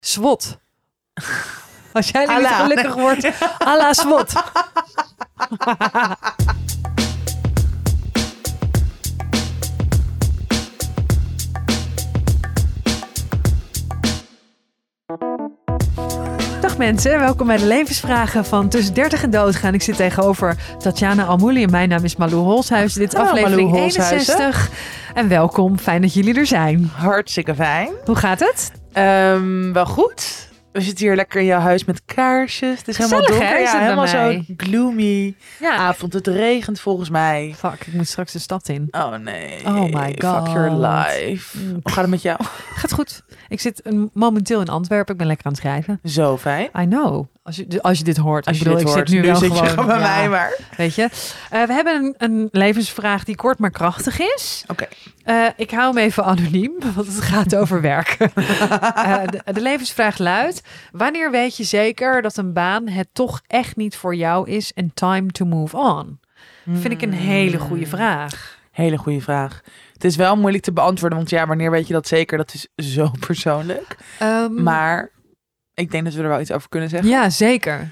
SWOT. Als jij niet gelukkig wordt, à la SWOT. Dag mensen, welkom bij de levensvragen van Tussen 30 en Doodgaan. Ik zit tegenover Tatjana Almouli en mijn naam is Malou Holshuis. Dit is aflevering Malou 61. En welkom, fijn dat jullie er zijn. Hartstikke fijn. Hoe gaat het? Wel goed. We zitten hier lekker in jouw huis met kaarsjes. Het is helemaal Gezellig, donker. hè? Is Ja, het bij helemaal mij? zo gloomy Ja. avond. Het regent volgens mij. Fuck, ik moet straks de stad in. Oh nee. Oh my god. Fuck your life. Hoe gaat het met jou? Gaat goed. Ik zit momenteel in Antwerpen. Ik ben lekker aan het schrijven. Zo fijn. I know. Als je dit hoort. Als je ik bedoel, dit ik hoort. zit nu wel zit gewoon je gewoon bij ja, mij maar. Weet je. We hebben een levensvraag die kort maar krachtig is. Oké. Ik hou hem even anoniem, want het gaat over werk. De levensvraag luidt: wanneer weet je zeker dat een baan het toch echt niet voor jou is en time to move on? Vind ik een hele goede vraag. Hele goede vraag. Het is wel moeilijk te beantwoorden, want ja, wanneer weet je dat zeker? Dat is zo persoonlijk. Maar ik denk dat we er wel iets over kunnen zeggen. Ja, zeker.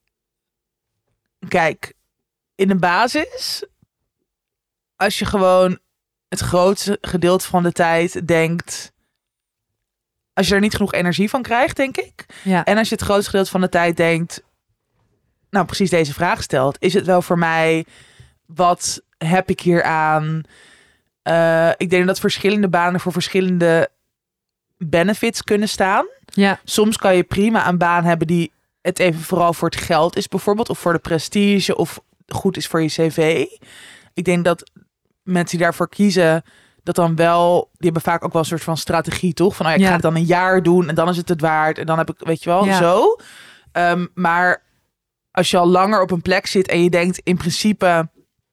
Kijk, in de basis, als je gewoon het grootste gedeelte van de tijd denkt, als je er niet genoeg energie van krijgt, denk ik. Ja. En als je het grootste gedeelte van de tijd denkt, nou precies deze vraag stelt, is het wel voor mij, wat heb ik hier aan? Ik denk dat verschillende banen voor verschillende benefits kunnen staan. Ja. Soms kan je prima een baan hebben die het even vooral voor het geld is bijvoorbeeld, of voor de prestige, of goed is voor je cv. Ik denk dat mensen die daarvoor kiezen, dat dan wel, die hebben vaak ook wel een soort van strategie, toch? Van, ik ga het dan een jaar doen en dan is het waard. En dan heb ik, weet je wel, zo. Maar als je al langer op een plek zit en je denkt, in principe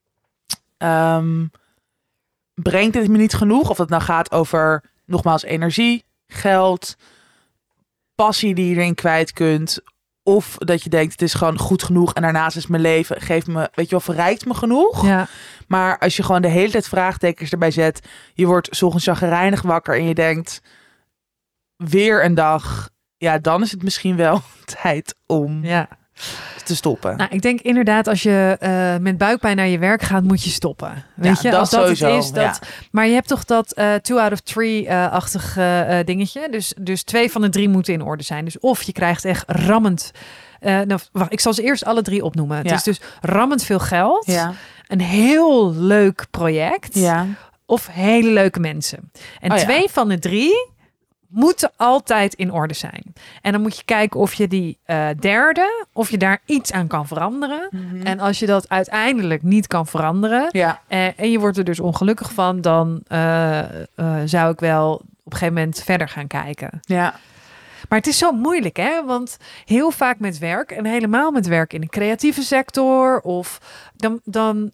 brengt dit me niet genoeg? Of het nou gaat over, nogmaals, energie, geld, passie die je erin kwijt kunt. Of dat je denkt, het is gewoon goed genoeg en daarnaast is mijn leven, geeft me, weet je wel, verrijkt me genoeg. Ja. Maar als je gewoon de hele tijd vraagtekens erbij zet, je wordt 's ochtends chagrijnig wakker en je denkt, weer een dag, ja, dan is het misschien wel tijd om te stoppen. Nou, ik denk inderdaad, als je met buikpijn naar je werk gaat, moet je stoppen. Weet je, dat als dat sowieso, het is. Dat, maar je hebt toch dat 2 out of 3-achtig dingetje. Dus 2 van de 3 moeten in orde zijn. Dus of je krijgt echt rammend. Wacht, ik zal ze eerst alle 3 opnoemen. Het is dus rammend veel geld. Ja. Een heel leuk project. Ja. Of hele leuke mensen. En 2 van de 3 moeten altijd in orde zijn. En dan moet je kijken of je die derde, of je daar iets aan kan veranderen. Mm-hmm. En als je dat uiteindelijk niet kan veranderen, en je wordt er dus ongelukkig van, dan zou ik wel op een gegeven moment verder gaan kijken. Ja. Maar het is zo moeilijk, hè? Want heel vaak met werk, en helemaal met werk in de creatieve sector, of dan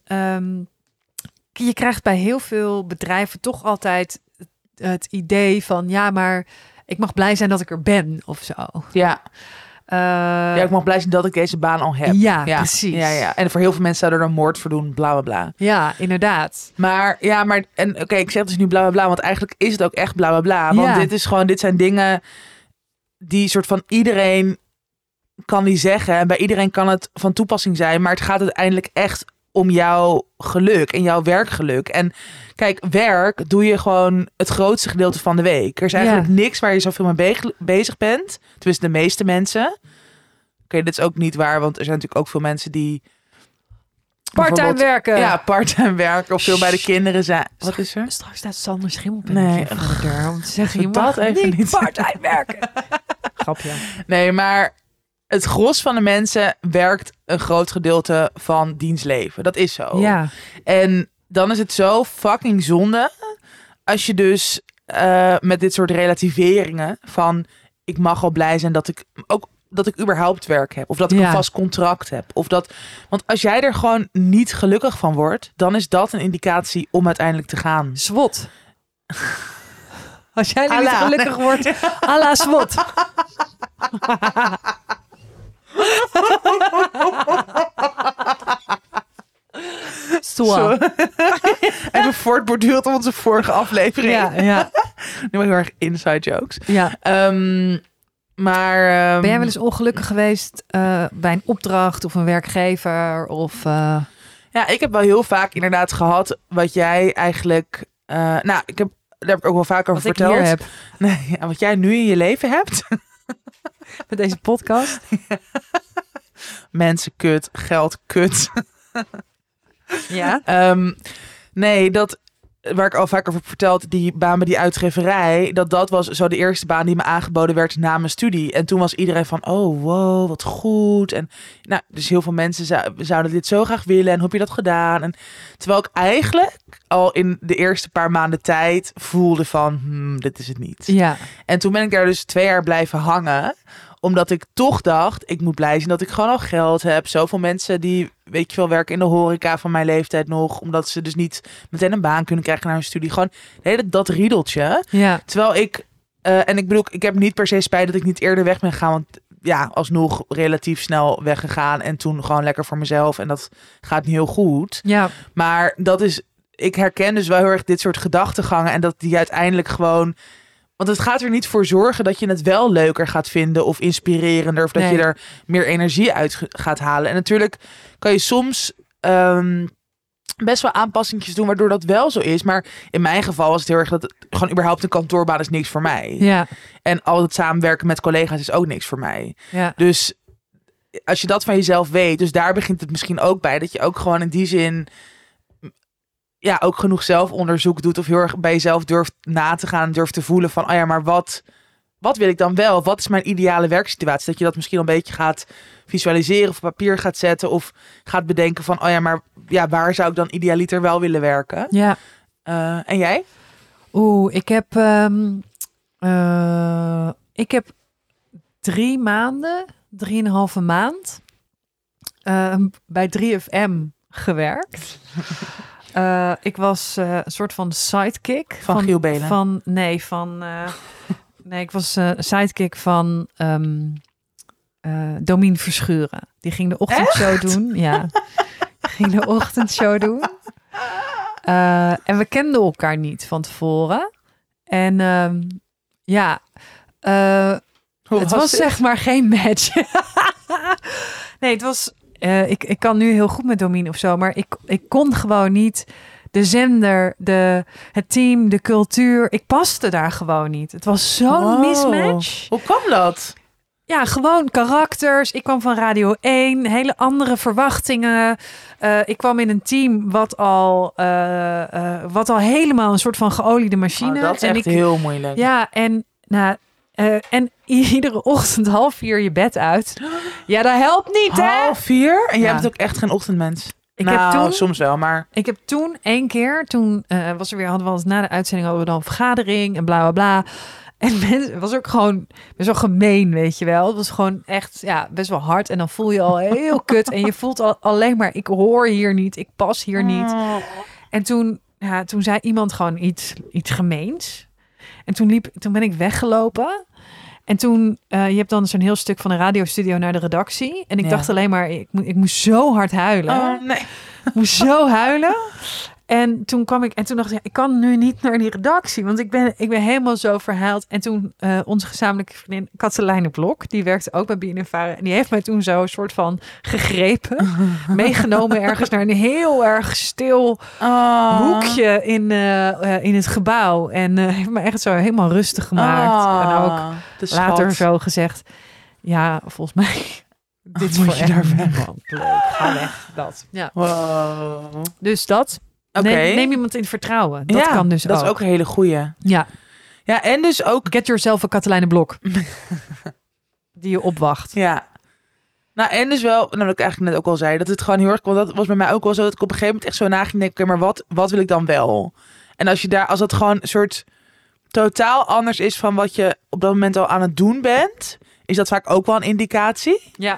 je krijgt bij heel veel bedrijven toch altijd het idee van, ja, maar ik mag blij zijn dat ik er ben of zo. Ja. Ik mag blij zijn dat ik deze baan al heb. Ja, precies. Ja. En voor heel veel mensen zouden er een moord voor doen, bla bla bla. Ja, inderdaad. Maar ik zeg dus nu bla bla bla, want eigenlijk is het ook echt bla bla bla. Want dit zijn dingen die soort van iedereen kan die zeggen. En bij iedereen kan het van toepassing zijn. Maar het gaat uiteindelijk echt om jouw geluk en jouw werkgeluk. En kijk, werk doe je gewoon het grootste gedeelte van de week. Er is eigenlijk niks waar je zoveel mee bezig bent. Tenminste, de meeste mensen. Oké, dit is ook niet waar, want er zijn natuurlijk ook veel mensen die part-time werken. Ja, part-time werken of veel bij de kinderen zijn. Wat is er? Straks staat Sander Schimmelpennetje voor de deur om te zeggen, je dat mag even niet part-time werken. Grapje. Nee, maar het gros van de mensen werkt een groot gedeelte van diens leven. Dat is zo. Ja. En dan is het zo fucking zonde als je dus met dit soort relativeringen van, ik mag wel blij zijn dat ik überhaupt werk heb. Of dat ik een vast contract heb. Of dat, want als jij er gewoon niet gelukkig van wordt, dan is dat een indicatie om uiteindelijk te gaan. SWOT. Als jij er niet gelukkig wordt, à la SWOT. Zo. Even voortborduurd op onze vorige aflevering. Ja. Nu heel erg inside jokes. Ja. Maar ben jij wel eens ongelukkig geweest bij een opdracht of een werkgever? Of, Ja, ik heb wel heel vaak inderdaad gehad wat jij eigenlijk... daar heb ik ook wel vaak over verteld. Wat ik hier heb. Nee, wat jij nu in je leven hebt. Met deze podcast. Mensen kut, geld kut. Ja. Nee, waar ik al vaker over heb verteld, die baan bij die uitgeverij, dat was zo de eerste baan die me aangeboden werd na mijn studie. En toen was iedereen van, oh wow, wat goed. En dus heel veel mensen zouden dit zo graag willen. En hoe heb je dat gedaan? En terwijl ik eigenlijk al in de eerste paar maanden tijd voelde van, dit is het niet. Ja. En toen ben ik daar dus 2 jaar blijven hangen. Omdat ik toch dacht, ik moet blij zijn dat ik gewoon al geld heb. Zoveel mensen die, weet je wel, werken in de horeca van mijn leeftijd nog. Omdat ze dus niet meteen een baan kunnen krijgen naar hun studie. Gewoon dat riedeltje. Ja. Terwijl ik, en ik bedoel, ik heb niet per se spijt dat ik niet eerder weg ben gegaan. Want ja, alsnog relatief snel weggegaan. En toen gewoon lekker voor mezelf. En dat gaat niet heel goed. Ja. Maar ik herken dus wel heel erg dit soort gedachtegangen. En dat die uiteindelijk gewoon... Want het gaat er niet voor zorgen dat je het wel leuker gaat vinden of inspirerender. Of dat je er meer energie uit gaat halen. En natuurlijk kan je soms best wel aanpassingjes doen waardoor dat wel zo is. Maar in mijn geval was het heel erg dat het gewoon überhaupt een kantoorbaan is niks voor mij. Ja. En al het samenwerken met collega's is ook niks voor mij. Ja. Dus als je dat van jezelf weet, dus daar begint het misschien ook bij. Dat je ook gewoon in die zin... Ja, ook genoeg zelfonderzoek doet of heel erg bij jezelf durft na te gaan, durft te voelen van, maar wat wil ik dan wel? Wat is mijn ideale werksituatie? Dat je dat misschien een beetje gaat visualiseren of op papier gaat zetten of gaat bedenken van, waar zou ik dan idealiter wel willen werken? Ja. En jij? Ik heb 3 maanden, 3,5 maand bij 3FM gewerkt. Ik was een soort van sidekick. Van Giel Belen? Ik was sidekick van Domien Verschuren. Die ging de ochtendshow doen. Ja, ging de ochtendshow doen. En we kenden elkaar niet van tevoren. En het was zeg maar geen match. Nee, het was... Ik kan nu heel goed met Domien of zo, maar ik kon gewoon niet de zender, het team, de cultuur. Ik paste daar gewoon niet. Het was zo'n mismatch. Hoe kwam dat? Ja, gewoon karakters. Ik kwam van Radio 1, hele andere verwachtingen. Ik kwam in een team wat al helemaal een soort van geoliede machine. Dat is echt heel moeilijk. Ja, en iedere ochtend 3:30 je bed uit. Ja, dat helpt niet, hè? 3:30? En jij bent ook echt geen ochtendmens. Soms wel, maar... Ik heb toen 1 keer, hadden we al na de uitzending hadden we dan een vergadering en bla, bla, bla. En het was ook gewoon best wel gemeen, weet je wel. Het was gewoon echt, best wel hard. En dan voel je al heel kut. En je voelt alleen maar, ik hoor hier niet, ik pas hier niet. En toen zei iemand gewoon iets gemeens. En toen ben ik weggelopen. En toen, je hebt dan zo'n heel stuk van een radiostudio naar de redactie. En ik dacht alleen maar, ik moest zo hard huilen. Oh, nee. Ik moest zo huilen. En toen kwam ik en toen dacht ik, ik kan nu niet naar die redactie, want ik ben helemaal zo verhuild. En toen onze gezamenlijke vriendin Katelijne Blok, die werkte ook bij BNNVARA, en die heeft mij toen zo een soort van gegrepen, meegenomen ergens naar een heel erg stil hoekje in het gebouw en heeft me echt zo helemaal rustig gemaakt. En ook later zo gezegd, ja, volgens mij. Dit is voor je daar weg. Leuk, ga weg. Dat. Ja. Wow. Dus dat. Okay. Neem iemand in vertrouwen. Dat kan dus dat ook. is ook een hele goeie. Ja. Ja, en dus ook... Get yourself een Katelijne Blok. Die je opwacht. Ja. Nou, en dus wel, wat ik eigenlijk net ook al zei, dat het gewoon heel erg... Want dat was bij mij ook wel zo, dat ik op een gegeven moment echt zo na ging denken, maar wat wil ik dan wel? En als dat gewoon een soort totaal anders is van wat je op dat moment al aan het doen bent, is dat vaak ook wel een indicatie. Ja.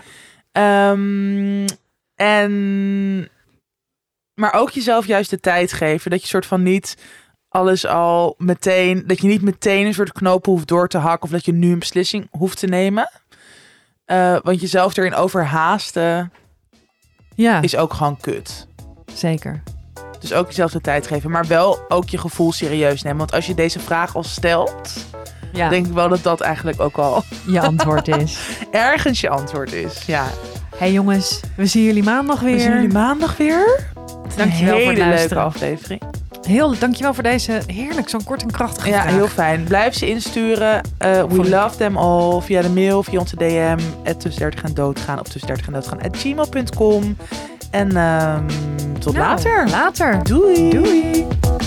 Maar ook jezelf juist de tijd geven. Dat je soort van niet alles al meteen... Dat je niet meteen een soort knopen hoeft door te hakken. Of dat je nu een beslissing hoeft te nemen. Want jezelf erin overhaasten is ook gewoon kut. Zeker. Dus ook jezelf de tijd geven. Maar wel ook je gevoel serieus nemen. Want als je deze vraag al stelt, Ja. Denk ik wel dat dat eigenlijk ook al je antwoord is. ergens je antwoord is. Ja. Hey jongens, we zien jullie maandag weer. We zien jullie maandag weer. Dankjewel voor het hele luisteren. leuke aflevering. Dankjewel voor deze heerlijk, zo'n kort en krachtige vraag. Ja, heel fijn. Blijf ze insturen. We love them all. Via de mail, via onze DM. @tussen30 en doodgaan. Of tussen30endoodgaan@gmail.com. En tot later. Later. Doei. Doei.